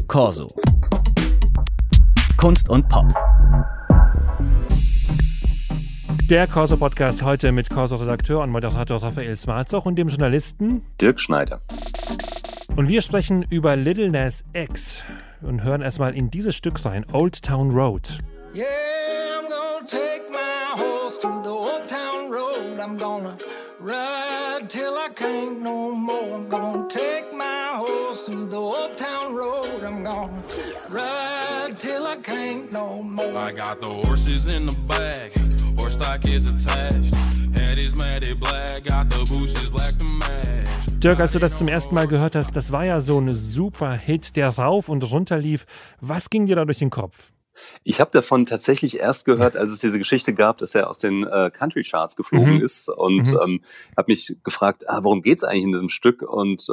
Corso. Kunst und Pop. Der Corso-Podcast heute mit Corso-Redakteur und Moderator Raphael Smarzoch und dem Journalisten Dirk Schneider. Und wir sprechen über Lil Nas X und hören erstmal in dieses Stück rein, Old Town Road. Yeah, I'm gonna take my horse to the old town road. I'm gonna ride till I can't no more. I'm gonna take my horse to the old town road. I'm gonna ride till I can't no more. I got the horses in the bag, horse stock is attached. Head is matted black, got the bushes black to match. Dirk, als du das zum ersten Mal gehört hast, das war ja so ein super Hit, der rauf und runter lief. Was ging dir da durch den Kopf? Ich habe davon tatsächlich erst gehört, als es diese Geschichte gab, dass er aus den Country Charts geflogen ist und habe mich gefragt, worum geht's eigentlich in diesem Stück? Und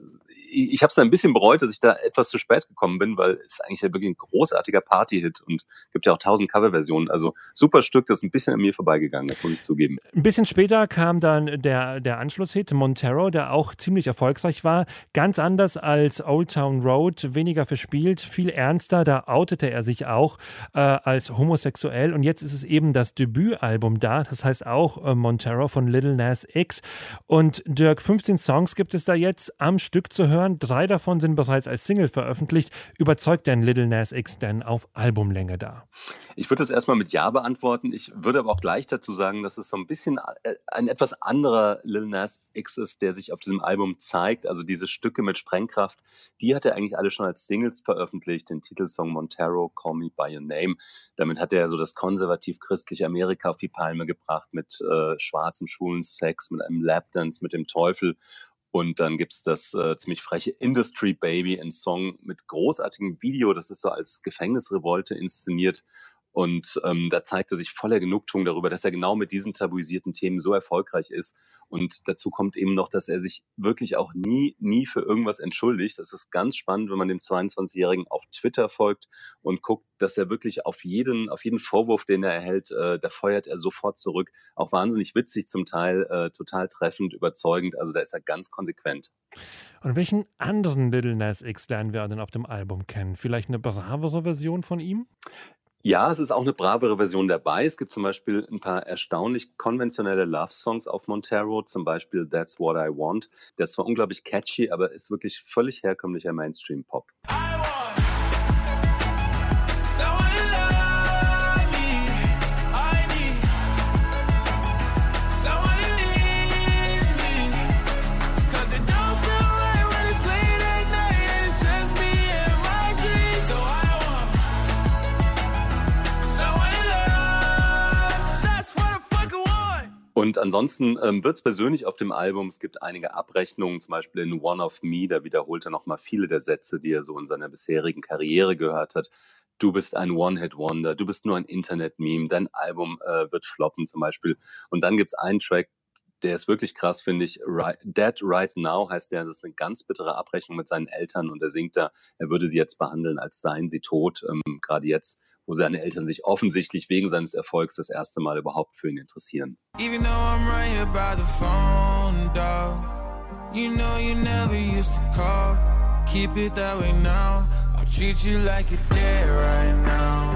ich habe es ein bisschen bereut, dass ich da etwas zu spät gekommen bin, weil es eigentlich ja wirklich ein großartiger Party-Hit und gibt ja auch 1000 Coverversionen. Also super Stück, das ist ein bisschen an mir vorbeigegangen, das muss ich zugeben. Ein bisschen später kam dann der Anschlusshit Montero, der auch ziemlich erfolgreich war. Ganz anders als Old Town Road, weniger verspielt, viel ernster. Da outete er sich auch als homosexuell. Und jetzt ist es eben das Debütalbum da, das heißt auch Montero von Lil Nas X. Und Dirk, 15 Songs gibt es da jetzt am Stück zu hören. 3 davon sind bereits als Single veröffentlicht. Überzeugt denn Lil Nas X denn auf Albumlänge da? Ich würde das erstmal mit Ja beantworten. Ich würde aber auch gleich dazu sagen, dass es so ein bisschen ein etwas anderer Lil Nas X ist, der sich auf diesem Album zeigt. Also diese Stücke mit Sprengkraft, die hat er eigentlich alle schon als Singles veröffentlicht. Den Titelsong Montero, Call Me By Your Name. Damit hat er so das konservativ-christliche Amerika auf die Palme gebracht mit schwarzem, schwulen Sex, mit einem Lapdance, mit dem Teufel. Und dann gibt's das ziemlich freche Industry Baby, ein Song mit großartigem Video. Das ist so als Gefängnisrevolte inszeniert. Und da zeigt er sich voller Genugtuung darüber, dass er genau mit diesen tabuisierten Themen so erfolgreich ist. Und dazu kommt eben noch, dass er sich wirklich auch nie für irgendwas entschuldigt. Das ist ganz spannend, wenn man dem 22-Jährigen auf Twitter folgt und guckt, dass er wirklich auf jeden Vorwurf, den er erhält, da feuert er sofort zurück. Auch wahnsinnig witzig zum Teil, total treffend, überzeugend. Also da ist er ganz konsequent. Und welchen anderen Lil Nas X lernen wir denn auf dem Album kennen? Vielleicht eine bravere Version von ihm? Ja, es ist auch eine bravere Version dabei. Es gibt zum Beispiel ein paar erstaunlich konventionelle Love-Songs auf Montero, zum Beispiel That's What I Want. Der ist zwar unglaublich catchy, aber ist wirklich völlig herkömmlicher Mainstream-Pop. Und ansonsten wird es persönlich auf dem Album, es gibt einige Abrechnungen, zum Beispiel in One of Me, da wiederholt er nochmal viele der Sätze, die er so in seiner bisherigen Karriere gehört hat. Du bist ein One-Hit-Wonder, du bist nur ein Internet-Meme, dein Album wird floppen zum Beispiel. Und dann gibt es einen Track, der ist wirklich krass, finde ich. Dead Right Now heißt der, das ist eine ganz bittere Abrechnung mit seinen Eltern und er singt da, er würde sie jetzt behandeln, als seien sie tot, gerade jetzt, wo seine Eltern sich offensichtlich wegen seines Erfolgs das erste Mal überhaupt für ihn interessieren. Even though I'm right here by the phone, dog. You know you never used to call. Keep it that way now. I'll treat you like you're dead right now.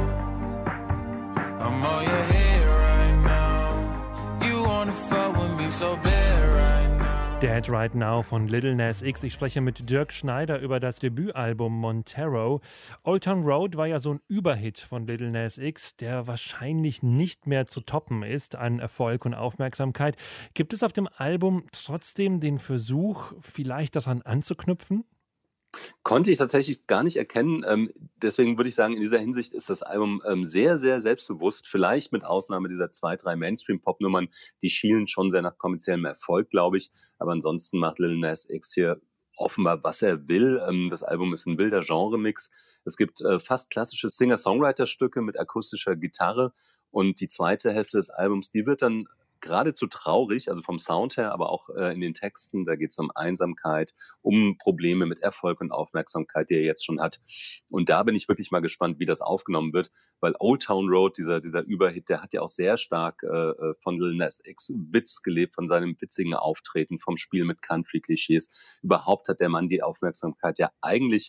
I'm on your head right now. You wanna fuck with me so bad right now. Dead Right Now von Lil Nas X. Ich spreche mit Dirk Schneider über das Debütalbum Montero. Old Town Road war ja so ein Überhit von Lil Nas X, der wahrscheinlich nicht mehr zu toppen ist an Erfolg und Aufmerksamkeit. Gibt es auf dem Album trotzdem den Versuch, vielleicht daran anzuknüpfen? Konnte ich tatsächlich gar nicht erkennen. Deswegen würde ich sagen, in dieser Hinsicht ist das Album sehr, sehr selbstbewusst. Vielleicht mit Ausnahme dieser 2, 3 Mainstream-Pop-Nummern. Die schielen schon sehr nach kommerziellem Erfolg, glaube ich. Aber ansonsten macht Lil Nas X hier offenbar, was er will. Das Album ist ein wilder Genre-Mix. Es gibt fast klassische Singer-Songwriter-Stücke mit akustischer Gitarre. Und die zweite Hälfte des Albums, die wird dann geradezu traurig, also vom Sound her, aber auch in den Texten. Da geht es um Einsamkeit, um Probleme mit Erfolg und Aufmerksamkeit, die er jetzt schon hat. Und da bin ich wirklich mal gespannt, wie das aufgenommen wird, weil Old Town Road, dieser Überhit, der hat ja auch sehr stark von Lil Nas X Witz gelebt, von seinem witzigen Auftreten, vom Spiel mit Country-Klischees. Überhaupt hat der Mann die Aufmerksamkeit ja eigentlich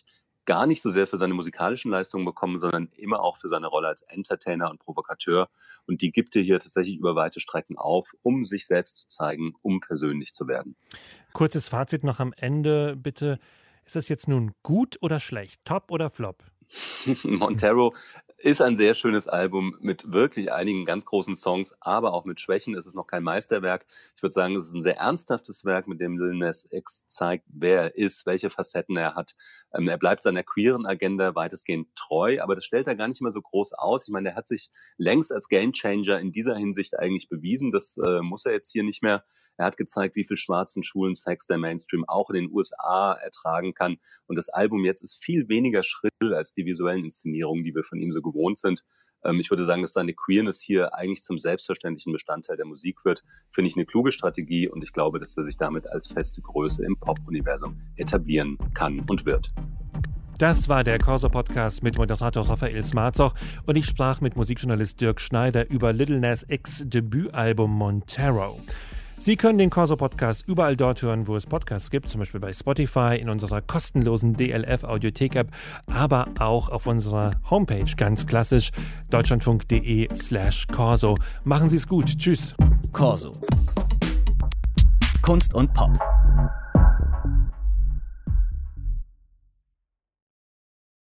gar nicht so sehr für seine musikalischen Leistungen bekommen, sondern immer auch für seine Rolle als Entertainer und Provokateur. Und die gibt er hier tatsächlich über weite Strecken auf, um sich selbst zu zeigen, um persönlich zu werden. Kurzes Fazit noch am Ende, bitte. Ist das jetzt nun gut oder schlecht? Top oder Flop? Montero ist ein sehr schönes Album mit wirklich einigen ganz großen Songs, aber auch mit Schwächen. Es ist noch kein Meisterwerk. Ich würde sagen, es ist ein sehr ernsthaftes Werk, mit dem Lil Nas X zeigt, wer er ist, welche Facetten er hat. Er bleibt seiner queeren Agenda weitestgehend treu, aber das stellt er gar nicht mehr so groß aus. Ich meine, er hat sich längst als Gamechanger in dieser Hinsicht eigentlich bewiesen. Das muss er jetzt hier nicht mehr. Er hat gezeigt, wie viel schwarzen, schwulen Sex der Mainstream auch in den USA ertragen kann. Und das Album jetzt ist viel weniger schrill als die visuellen Inszenierungen, die wir von ihm so gewohnt sind. Ich würde sagen, dass seine Queerness hier eigentlich zum selbstverständlichen Bestandteil der Musik wird. Finde ich eine kluge Strategie und ich glaube, dass er sich damit als feste Größe im Pop-Universum etablieren kann und wird. Das war der Corso-Podcast mit Moderator Raphael Smarzoch und ich sprach mit Musikjournalist Dirk Schneider über Lil Nas X Debütalbum Montero. Sie können den Corso-Podcast überall dort hören, wo es Podcasts gibt, zum Beispiel bei Spotify, in unserer kostenlosen DLF-Audiothek-App, aber auch auf unserer Homepage, ganz klassisch, deutschlandfunk.de/Corso. Machen Sie es gut. Tschüss. Corso. Kunst und Pop.